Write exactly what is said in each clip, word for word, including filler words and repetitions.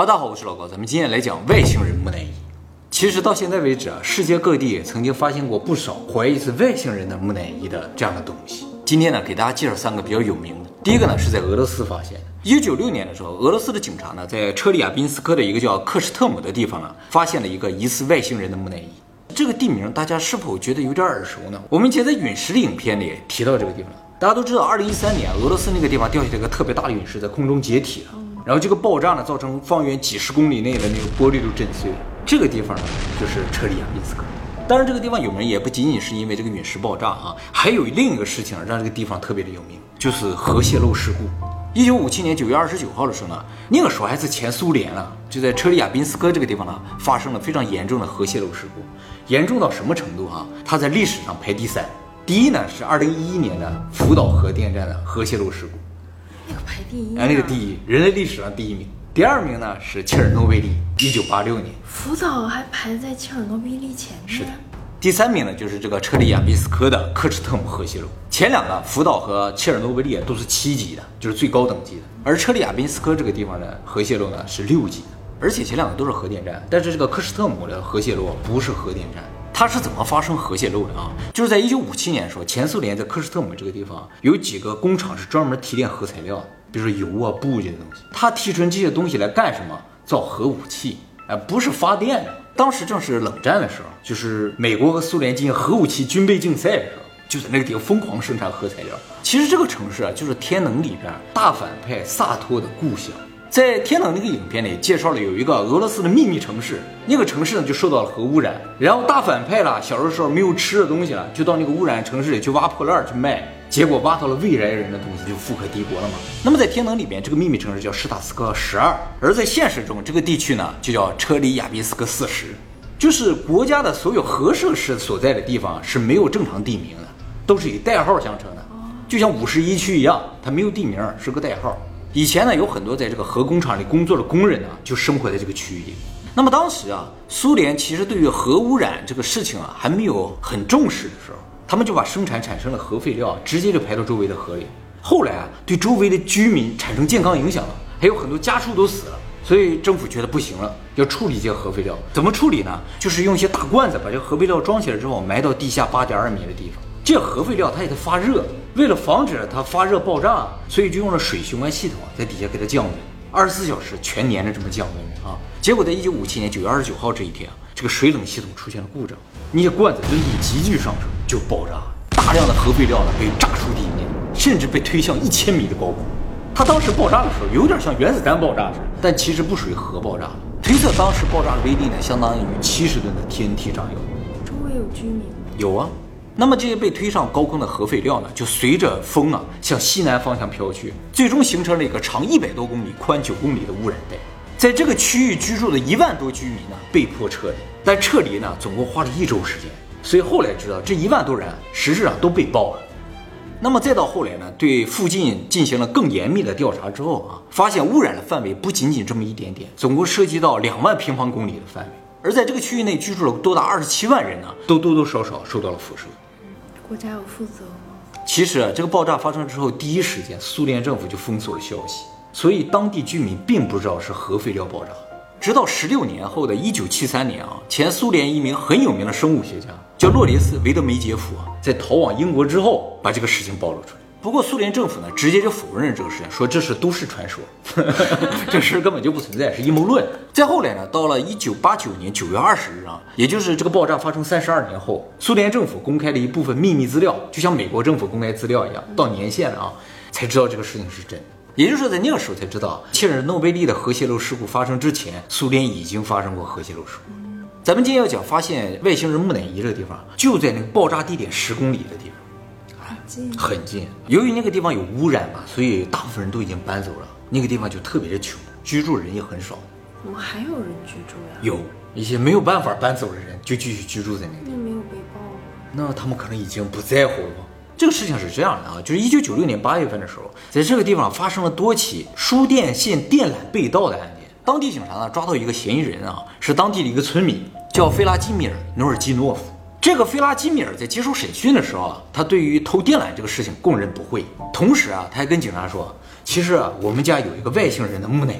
大家好，我是老高，咱们今天来讲外星人木乃伊。其实到现在为止啊，世界各地曾经发现过不少怀疑是外星人的木乃伊的这样的东西。今天呢，给大家介绍三个比较有名的。第一个呢，是在俄罗斯发现的。一九九六年的时候，俄罗斯的警察呢，在车里亚宾斯克的一个叫克什特姆的地方呢，发现了一个疑似外星人的木乃伊。这个地名大家是否觉得有点耳熟呢？我们以前在陨石的影片里提到这个地方了。大家都知道，二零一三年俄罗斯那个地方掉下来一个特别大的陨石，在空中解体了。然后这个爆炸呢，造成方圆几十公里内的那个玻璃都震碎了。这个地方呢，就是车里亚宾斯克。当然，这个地方有名也不仅仅是因为这个陨石爆炸啊，还有另一个事情让这个地方特别的有名，就是核泄漏事故。一九五七年九月二十九号的时候呢，那个时候还是前苏联了，就在车里亚宾斯克这个地方呢，发生了非常严重的核泄漏事故，严重到什么程度啊？它在历史上排第三，第一呢是二零一一年的福岛核电站的核泄漏事故。 那个排第一、啊， 哎，那个第一，人类历史上第一名。第二名呢是切尔诺贝利，一九八六年。 福岛还排在切尔诺贝利前面。 是的。第三名呢就是这个车里亚宾斯克的克什特姆核泄漏。前两个福岛和切尔诺贝利都是七级的，就是最高等级的。而车里亚宾斯克这个地方的核泄漏呢是六级的，而且前两个都是核电站，但是这个克什特姆的核泄漏不是核电站。它是怎么发生核泄漏的啊？就是在一九五七年的时候，前苏联在克什特姆这个地方有几个工厂是专门提炼核材料的，比如说油啊、布这些东西。它提纯这些东西来干什么？造核武器，哎，不是发电的。当时正是冷战的时候，就是美国和苏联进行核武器军备竞赛的时候，就在那个地方疯狂生产核材料。其实这个城市啊，就是天能里边大反派萨托的故乡。在天能那个影片里介绍了有一个俄罗斯的秘密城市，那个城市呢就受到了核污染，然后大反派啦，小的时候没有吃的东西了，就到那个污染城市里去挖破烂去卖，结果挖到了未来人的东西，就富可敌国了嘛。那么在天能里边，这个秘密城市叫施塔斯克十二，而在现实中，这个地区呢就叫车里亚宾斯克四十，就是国家的所有核设施所在的地方是没有正常地名的，都是以代号相称的，就像五十一区一样，它没有地名，是个代号。以前呢，有很多在这个核工厂里工作的工人呢，就生活在这个区域里。那么当时啊，苏联其实对于核污染这个事情啊，还没有很重视的时候，他们就把生产产生的核废料直接就排到周围的河里。后来啊，对周围的居民产生健康影响了，还有很多家畜都死了，所以政府觉得不行了，要处理这些核废料。怎么处理呢？就是用一些大罐子把这个核废料装起来之后，埋到地下八点二米的地方。这个核废料它也在发热，为了防止它发热爆炸，所以就用了水循环系统在底下给它降温，二十四小时全年着这么降温啊。结果在一九五七年九月二十九号这一天啊，这个水冷系统出现了故障，那些罐子温度急剧上升就爆炸，大量的核废料呢被炸出地面，甚至被推向一千米的高空。它当时爆炸的时候有点像原子弹爆炸似的，但其实不属于核爆炸。推测当时爆炸的威力呢，相当于七十吨的 T N T 炸药。 周围有居民吗？ 有啊。那么这些被推上高空的核废料呢，就随着风啊向西南方向飘去，最终形成了一个长一百多公里、宽九公里的污染带。在这个区域居住的一万多居民呢，被迫撤离，但撤离呢总共花了一周时间。所以后来知道，这一万多人实质上都被爆了。那么再到后来呢，对附近进行了更严密的调查之后啊，发现污染的范围不仅仅这么一点点，总共涉及到两万平方公里的范围。而在这个区域内居住了多达二十七万人呢，都多多少少受到了辐射。 国家有负责吗？ 其实啊，这个爆炸发生之后，第一时间苏联政府就封锁了消息，所以当地居民并不知道是核废料爆炸。直到十六年后的一九七三年啊，前苏联一名很有名的生物学家叫洛列斯·维德梅杰夫啊，在逃往英国之后，把这个事情暴露出来。不过苏联政府呢，直接就否认了这个事情，说这是都市传说，这事根本就不存在，是阴谋论。再后来呢，到了一九八九年九月二十日啊，也就是这个爆炸发生三十二年后，苏联政府公开了一部分秘密资料，就像美国政府公开资料一样，到年限了啊，才知道这个事情是真的。也就是说，在那个时候才知道，切尔诺贝利的核泄漏事故发生之前，苏联已经发生过核泄漏事故。咱们今天要讲发现外星人木乃伊这个地方，就在那个爆炸地点十公里的地方。 很近， 很近。由于那个地方有污染嘛，所以大部分人都已经搬走了。那个地方就特别的穷，居住人也很少。 怎么还有人居住呀？ 有一些没有办法搬走的人就继续居住在那里。 那没有被爆吗？ 那他们可能已经不在乎了吧？这个事情是这样的啊，就是一九九六年八月份的时候，在这个地方发生了多起输电线电缆被盗的案件。当地警察呢抓到一个嫌疑人啊，是当地的一个村民，叫菲拉基米尔·努尔基诺夫。这个菲拉基米尔在接受审讯的时候啊，他对于偷电缆这个事情供认不讳。同时啊，他还跟警察说，其实啊，我们家有一个外星人的木乃伊，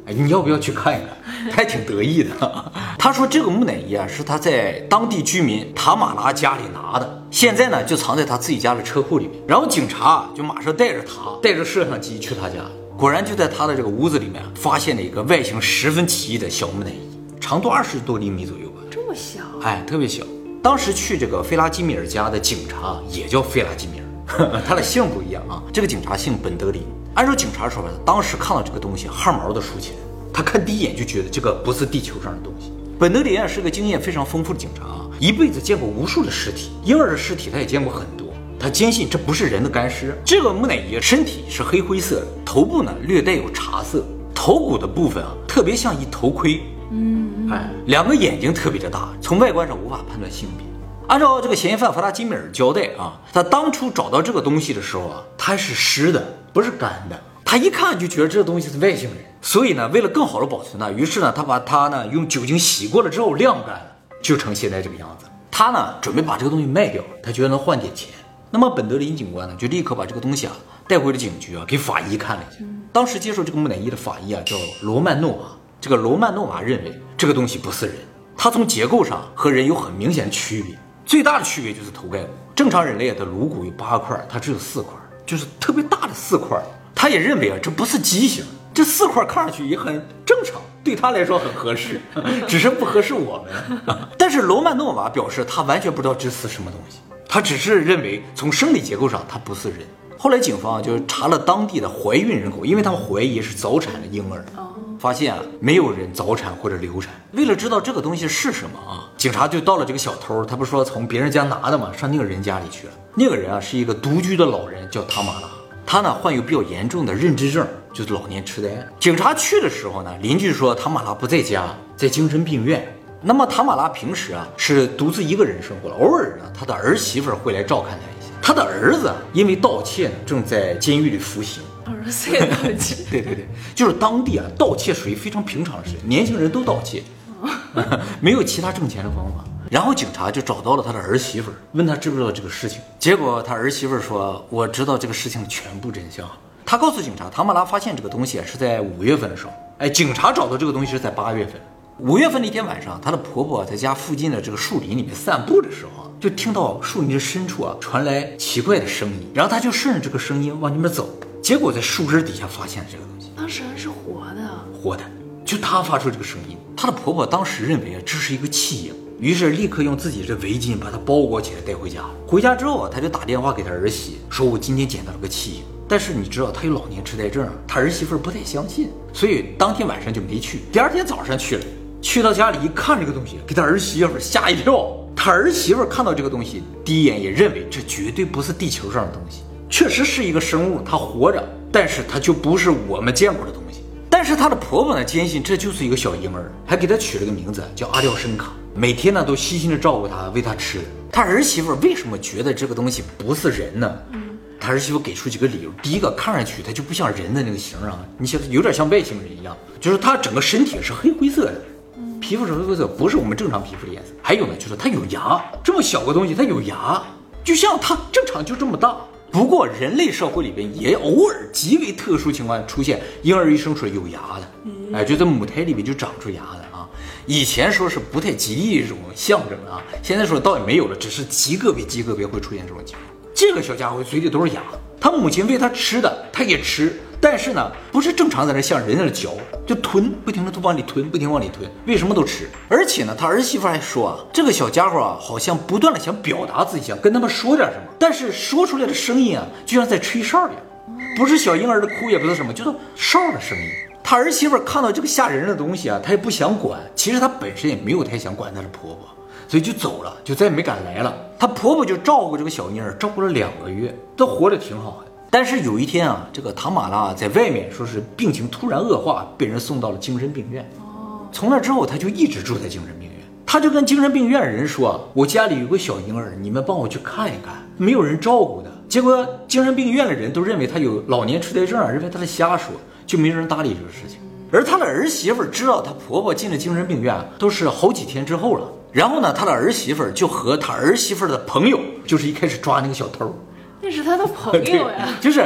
哎，你要不要去看一看？他还挺得意的。他说这个木乃伊啊是他在当地居民塔马拉家里拿的，现在呢就藏在他自己家的车库里面。然后警察就马上带着他带着摄像机去他家，果然就在他的这个屋子里面发现了一个外形十分奇异的小木乃伊，长度二十多厘米左右吧， 这么小？ 哎，特别小。当时去这个费拉基米尔家的警察也叫费拉基米尔，他的姓不一样啊。这个警察姓本德林。按照警察说法，当时看到这个东西汗毛都竖起来，他看第一眼就觉得这个不是地球上的东西。本德林啊是个经验非常丰富的警察啊，一辈子见过无数的尸体，婴儿的尸体他也见过很多。他坚信这不是人的干尸。这个木乃伊身体是黑灰色的，头部呢略带有茶色，头骨的部分啊特别像一头盔。嗯，哎，两个眼睛特别的大，从外观上无法判断性别。按照这个嫌疑犯弗拉基米尔交代啊，他当初找到这个东西的时候啊，它是湿的，不是干的。他一看就觉得这个东西是外星人，所以呢，为了更好的保存呢，于是呢，他把它呢用酒精洗过了之后晾干了，就成现在这个样子。他呢准备把这个东西卖掉，他觉得能换点钱。那么本德林警官呢，就立刻把这个东西啊带回了警局啊，给法医看了一下。当时接受这个木乃伊的法医啊叫罗曼诺瓦，这个罗曼诺瓦认为这个东西不是人，它从结构上和人有很明显的区别。最大的区别就是头盖骨，正常人类的颅骨有八块，它只有四块，就是特别大的四块。他也认为啊，这不是畸形，这四块看上去也很正常，对他来说很合适，只是不合适我们。但是罗曼诺瓦表示，他完全不知道这是什么东西，他只是认为从生理结构上它不是人。后来警方就查了当地的怀孕人口，因为他们怀疑是早产的婴儿。发现啊，没有人早产或者流产。为了知道这个东西是什么啊，警察就到了这个小偷，他不是说从别人家拿的吗？上那个人家里去了。那个人啊是一个独居的老人，叫塔马拉。他呢患有比较严重的认知症，就是老年痴呆。警察去的时候呢，邻居说塔马拉不在家，在精神病院。那么塔马拉平时啊是独自一个人生活了，偶尔呢他的儿媳妇会来照看他一下。他的儿子因为盗窃呢正在监狱里服刑。 儿子也盗窃？ 对对对，就是当地啊盗窃属于非常平常的事，年轻人都盗窃，没有其他挣钱的方法。然后警察就找到了他的儿媳妇，问他知不知道这个事情。结果他儿媳妇说：“我知道这个事情的全部真相。”他告诉警察，塔马拉发现这个东西是在五月份的时候，哎，警察找到这个东西是在八月份。五月份那天晚上，她的婆婆在家附近的这个树林里面散步的时候，就听到树林的深处啊传来奇怪的声音，然后她就顺着这个声音往那边走，结果在树枝底下发现了这个东西。 当时还是活的， 活的，就她发出这个声音。她的婆婆当时认为这是一个弃婴，于是立刻用自己的围巾把她包裹起来带回家。回家之后啊，她就打电话给她儿媳，说我今天捡到了个弃婴。但是你知道她有老年痴呆症，她儿媳妇不太相信，所以当天晚上就没去。第二天早上去了，去到家里一看这个东西，给她儿媳妇吓一跳。她儿媳妇看到这个东西，第一眼也认为这绝对不是地球上的东西，确实是一个生物，它活着，但是它就不是我们见过的东西。但是她的婆婆呢，坚信这就是一个小婴儿，还给她取了个名字叫阿廖申卡，每天呢都细心的照顾她，喂她吃。她儿媳妇为什么觉得这个东西不是人呢？他儿媳妇给出几个理由，第一个，看上去他就不像人的那个形啊，你想有点像外星人一样，就是他整个身体是黑灰色的，皮肤是黑灰色，不是我们正常皮肤的颜色。还有呢，就是他有牙，这么小个东西他有牙，就像他正常就这么大。不过人类社会里边也偶尔极为特殊情况出现婴儿一生出来有牙的，哎，就在母胎里边就长出牙的啊。以前说是不太吉利这种象征啊，现在说倒也没有了，只是极个别极个别会出现这种情况。这个小家伙嘴里都是牙，他母亲喂他吃的他也吃，但是呢不是正常在那像人在那嚼，就吞，不停的都往里吞，不停往里吞，为什么都吃。而且呢他儿媳妇还说啊，这个小家伙啊好像不断的想表达自己，想跟他们说点什么，但是说出来的声音啊就像在吹哨一样，不是小婴儿的哭，也不是什么，就是哨的声音。他儿媳妇看到这个吓人的东西啊，他也不想管，其实他本身也没有太想管他的婆婆，所以就走了，就再也没敢来了。她婆婆就照顾这个小婴儿，照顾了两个月，都活得挺好的。但是有一天啊，这个塔马拉在外面说是病情突然恶化，被人送到了精神病院。从那之后，他就一直住在精神病院。他就跟精神病院的人说：“我家里有个小婴儿，你们帮我去看一看。”没有人照顾的，结果精神病院的人都认为他有老年痴呆症，认为他在瞎说，就没人搭理这个事情。而他的儿媳妇知道他婆婆进了精神病院，都是好几天之后了。然后呢，他的儿媳妇就和他儿媳妇的朋友，就是一开始抓那个小偷， 那是他的朋友呀， 就是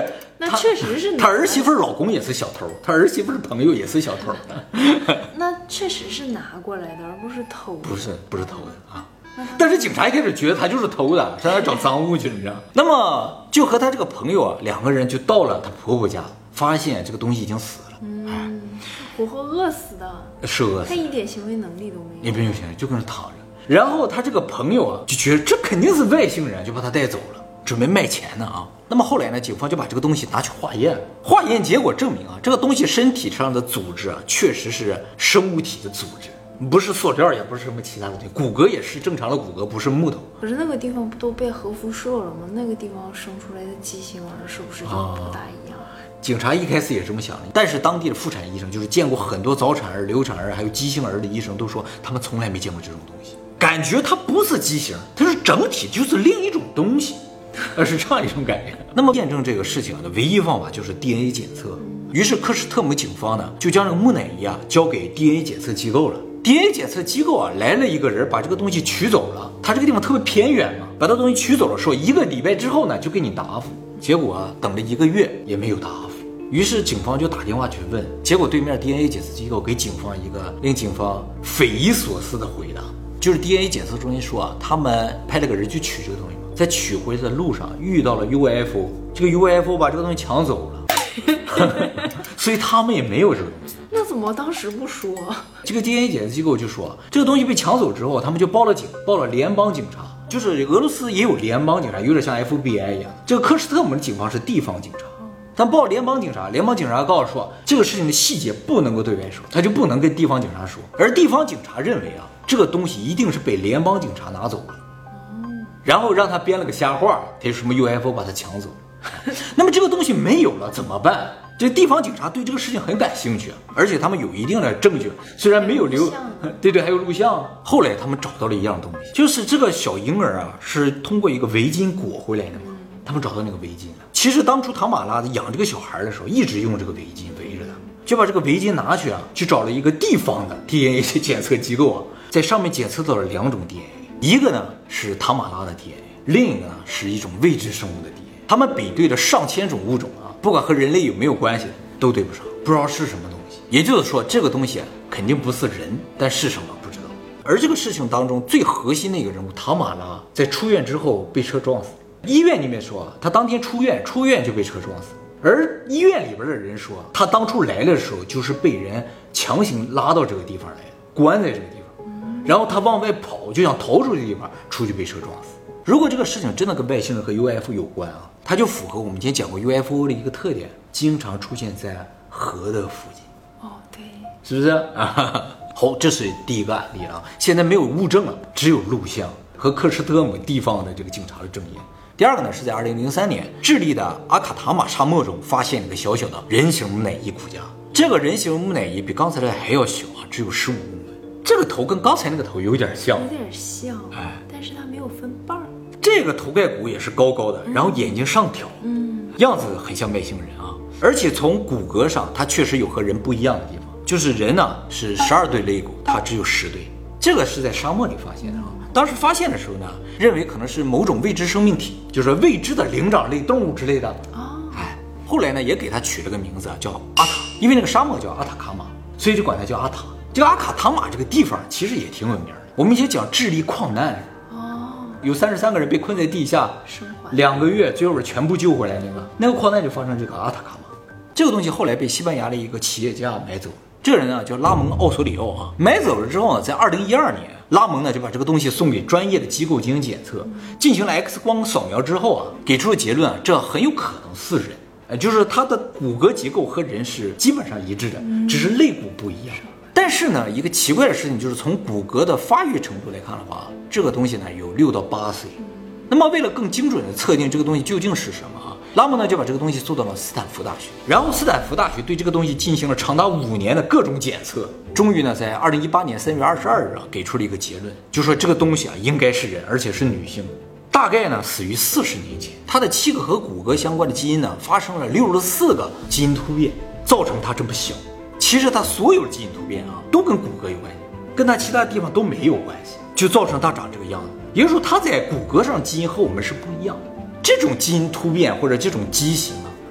那确实是他儿媳妇老公也是小偷，他儿媳妇朋友也是小偷。 那确实是拿过来的，而不是偷的。 不是不是偷的啊。但是警察一开始觉得他就是偷的，上那找赃物去了，你知道？那么就和他这个朋友啊，两个人就到了他婆婆家，发现这个东西已经死了， 嗯，活活饿死的， 是饿死， 他一点行为能力都没有， 也没有行为，就跟那躺着。然后他这个朋友啊，就觉得这肯定是外星人，就把他带走了，准备卖钱呢啊。那么后来呢，警方就把这个东西拿去化验，化验结果证明啊，这个东西身体上的组织啊，确实是生物体的组织。不是塑料，也不是什么其他的东西，骨骼也是正常的骨骼，不是木头。 可是那个地方不都被核辐射了吗？那个地方生出来的畸形儿是不是就不大一样？ 哦、警察一开始也这么想的，但是当地的妇产医生，就是见过很多早产儿、流产儿还有畸形儿的医生，都说他们从来没见过这种东西，感觉它不是畸形，它是整体就是另一种东西，而是这样一种感觉。那么验证这个事情的唯一方法就是 D N A 检测。于是科什特姆警方呢，就将这个木乃伊啊交给 D N A 检测机构了。D N A 检测机构啊来了一个人，把这个东西取走了。他这个地方特别偏远嘛，把这东西取走了，说一个礼拜之后呢就给你答复。结果啊等了一个月也没有答复，于是警方就打电话去问，结果对面 D N A 检测机构给警方一个令警方匪夷所思的回答，就是 D N A 检测中心说啊，他们派了个人去取这个东西嘛，在取回的路上遇到了 U F O， 这个 U F O 把这个东西抢走了。所以他们也没有这个东西。 那怎么当时不说？ 这个 D N A 检测机构就说，这个东西被抢走之后，他们就报了警，报了联邦警察。就是俄罗斯也有联邦警察，有点像 F B I 一样。这个科什特姆的警方是地方警察，他报联邦警察，联邦警察告诉说，这个事情的细节不能够对外说，他就不能跟地方警察说。而地方警察认为啊，这个东西一定是被联邦警察拿走了，然后让他编了个瞎话，他有什么 U F O 把他抢走。那么这个东西没有了怎么办？这地方警察对这个事情很感兴趣，而且他们有一定的证据，虽然没有留，对对，还有录像。后来他们找到了一样东西，就是这个小婴儿啊，是通过一个围巾裹回来的嘛。他们找到那个围巾了。其实当初唐马拉养这个小孩的时候，一直用这个围巾围着他，就把这个围巾拿去啊，去找了一个地方的 D N A 检测机构啊，在上面检测到了两种 D N A， 一个呢是唐马拉的 D N A， 另一个呢是一种未知生物的 D N A。他们比对了上千种物种啊，不管和人类有没有关系，都对不上，不知道是什么东西。也就是说，这个东西肯定不是人，但是什么不知道。而这个事情当中最核心的一个人物唐马拉，在出院之后被车撞死。医院里面说，他当天出院，出院就被车撞死。而医院里边的人说，他当初来的时候就是被人强行拉到这个地方来，关在这个地方，然后他往外跑，就想逃出这个地方，出去被车撞死。如果这个事情真的跟外星人和 U F O 有关啊，它就符合我们今天讲过 U F O 的一个特点，经常出现在河的附近。 哦，对， 是不是啊？好，这是第一个案例啊。现在没有物证了，只有录像和科什特姆地方的这个警察的证言。第二个呢，是在二零零三年，智利的阿卡塔马沙漠中发现了一个小小的人形木乃伊骨架。这个人形木乃伊比刚才的还要小啊，只有十五公分。这个头跟刚才那个头有点像， 有点像，哎，但是它没有分瓣儿。 这个头盖骨也是高高的，然后眼睛上挑，嗯，样子很像外星人啊。而且从骨骼上，它确实有和人不一样的地方，就是人呢是十二对肋骨，它只有十对。这个是在沙漠里发现的啊。当时发现的时候呢，认为可能是某种未知生命体，就是未知的灵长类动物之类的啊。哎，后来呢也给它取了个名字叫阿塔，因为那个沙漠叫阿塔卡马，所以就管它叫阿塔。这个阿卡塔马这个地方其实也挺有名的。我们以前讲智利矿难。有三十三个人被困在地下两个月，最后全部救回来。那个那个矿难就发生这个阿塔卡马。这个东西后来被西班牙的一个企业家买走。这个人呢叫拉蒙奥索里奥啊。买走了之后呢，在二零一二年，拉蒙呢就把这个东西送给专业的机构进行检测，进行了 X 光扫描之后啊，给出了结论啊，这很有可能是人，呃，就是它的骨骼结构和人是基本上一致的，只是肋骨不一样。但是呢，一个奇怪的事情就是从骨骼的发育程度来看的话，这个东西呢有六到八岁。那么为了更精准的测定这个东西究竟是什么啊，拉蒙呢就把这个东西送到了斯坦福大学，然后斯坦福大学对这个东西进行了长达五年的各种检测，终于呢在二零一八年三月二十二日啊给出了一个结论，就说这个东西啊应该是人，而且是女性，大概呢死于四十年前。它的七个和骨骼相关的基因呢发生了六十四个基因突变，造成它这么小。其实它所有的基因突变啊，都跟骨骼有关系，跟它其他地方都没有关系，就造成它长这个样子。也就是说，它在骨骼上基因和我们是不一样的。这种基因突变或者这种畸形啊，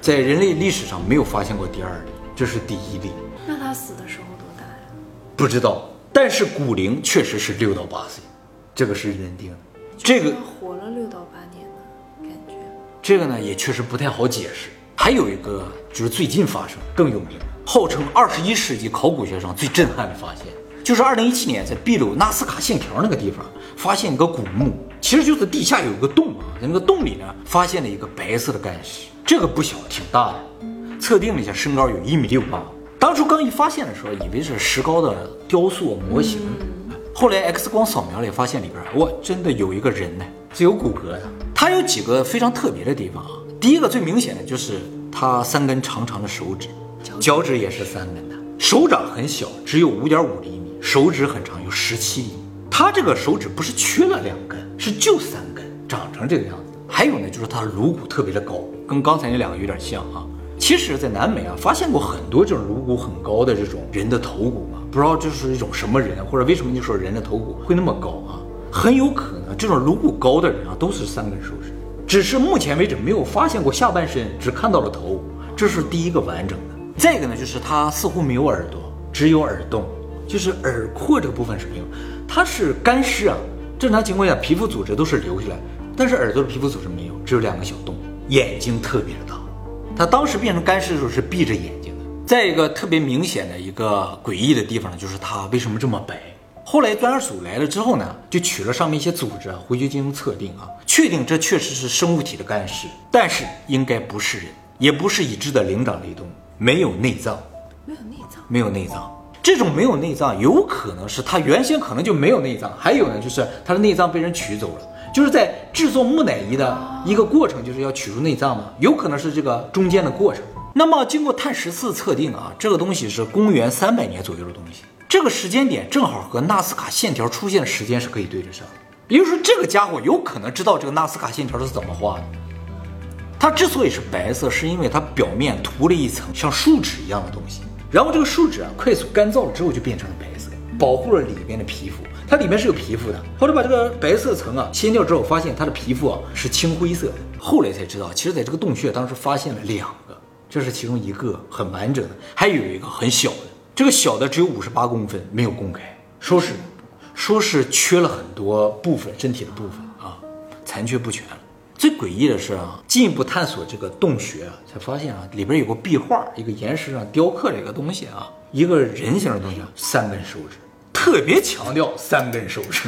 在人类历史上没有发现过第二例，这是第一例。 那他死的时候多大呀？ 不知道，但是骨龄确实是六到八岁，这个是认定的。这个活了六到八年的感觉。 这个呢也确实不太好解释。还有一个就是最近发生更有名，号称二十一世纪考古学上最震撼的发现，就是二零一七年在秘鲁纳斯卡线条那个地方发现一个古墓，其实就是地下有一个洞啊，在那个洞里呢发现了一个白色的干尸，这个不小，挺大的，测定了一下身高有一米六八。当初刚一发现的时候，以为是石膏的雕塑模型，后来 X 光扫描了，也发现里边哇，真的有一个人呢，是有骨骼的。它有几个非常特别的地方啊。第一个最明显的就是它三根长长的手指，脚趾也是三根的，手掌很小，只有五点五厘米，手指很长，有十七厘米。它这个手指不是缺了两根，是就三根，长成这个样子。还有呢，就是它的颅骨特别的高，跟刚才那两个有点像啊。其实，在南美啊，发现过很多这种颅骨很高的这种人的头骨嘛，不知道这是一种什么人，或者为什么就说人的头骨会那么高啊？很有可能这种颅骨高的人啊，都是三根手指，只是目前为止没有发现过下半身，只看到了头，这是第一个完整的。再一个呢，就是它似乎没有耳朵，只有耳洞，就是耳廓这个部分是没有，它是干尸啊。正常情况下，皮肤组织都是留下来，但是耳朵的皮肤组织没有，只有两个小洞，眼睛特别的大。他当时变成干尸的时候是闭着眼睛的。再一个特别明显的一个诡异的地方呢，就是他为什么这么白？后来专家组来了之后呢，就取了上面一些组织啊，回去进行测定啊，确定这确实是生物体的干尸，但是应该不是人，也不是已知的灵长类动物，没有内脏， 没有内脏， 没有内脏。这种没有内脏，有可能是他原先可能就没有内脏，还有呢，就是他的内脏被人取走了。就是在制作木乃伊的一个过程，就是要取出内脏嘛，有可能是这个中间的过程。那么经过碳十四测定啊，这个东西是公元三百年左右的东西，这个时间点正好和纳斯卡线条出现的时间是可以对得上的。也就是说，这个家伙有可能知道这个纳斯卡线条是怎么画的。它之所以是白色，是因为它表面涂了一层像树脂一样的东西，然后这个树脂啊快速干燥了之后就变成了白色，保护了里边的皮肤。它里面是有皮肤的，后来把这个白色层啊掀掉之后，发现它的皮肤啊是青灰色的。后来才知道，其实在这个洞穴当时发现了两个，这是其中一个很完整的，还有一个很小的，这个小的只有五十八公分，没有公开，说是说是缺了很多部分，身体的部分啊，残缺不全了。最诡异的是啊，进一步探索这个洞穴啊，才发现啊里边有个壁画，一个岩石上雕刻了一个东西啊，一个人形的东西，三根手指。特别强调三根手指。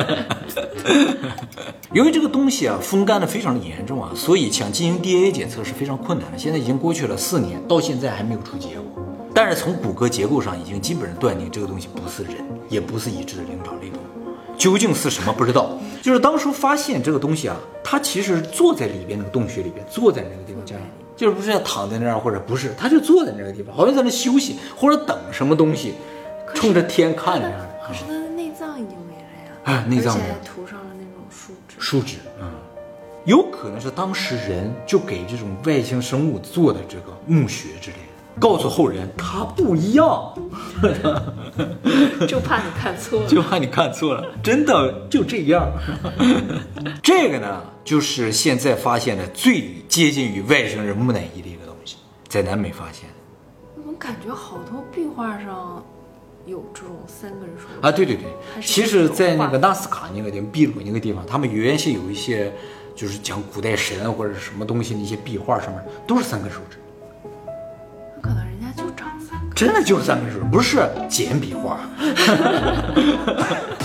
由于这个东西啊风干的非常的严重啊，所以想进行 D N A 检测是非常困难的。现在已经过去了四年，到现在还没有出结果。但是从骨骼结构上已经基本上断定这个东西不是人，也不是已知的灵长类动物，究竟是什么不知道。就是当初发现这个东西啊，它其实坐在里边那个洞穴里边，坐在那个地方这样，就是不是要躺在那儿或者不是，他就坐在那个地方，好像在那休息或者等什么东西。冲着天看着的， 可是它的内脏已经没了呀， 哎，内脏没了， 而且还涂上了那种树脂。 树脂，嗯，有可能是当时人就给这种外星生物做的这个墓穴之类的，告诉后人它不一样， 就怕你看错了， 就怕你看错了，真的就这样。这个呢，就是现在发现的最接近于外星人木乃伊的一个东西，在南美发现的。 我感觉好多壁画上有这种三根手指啊，对对对，其实，在那个纳斯卡那个地方、秘鲁那个地方，他们原先有一些就是讲古代神或者什么东西的一些壁画，上面都是三根手指。 可能人家就长三根， 真的就是三根手指，不是简笔画。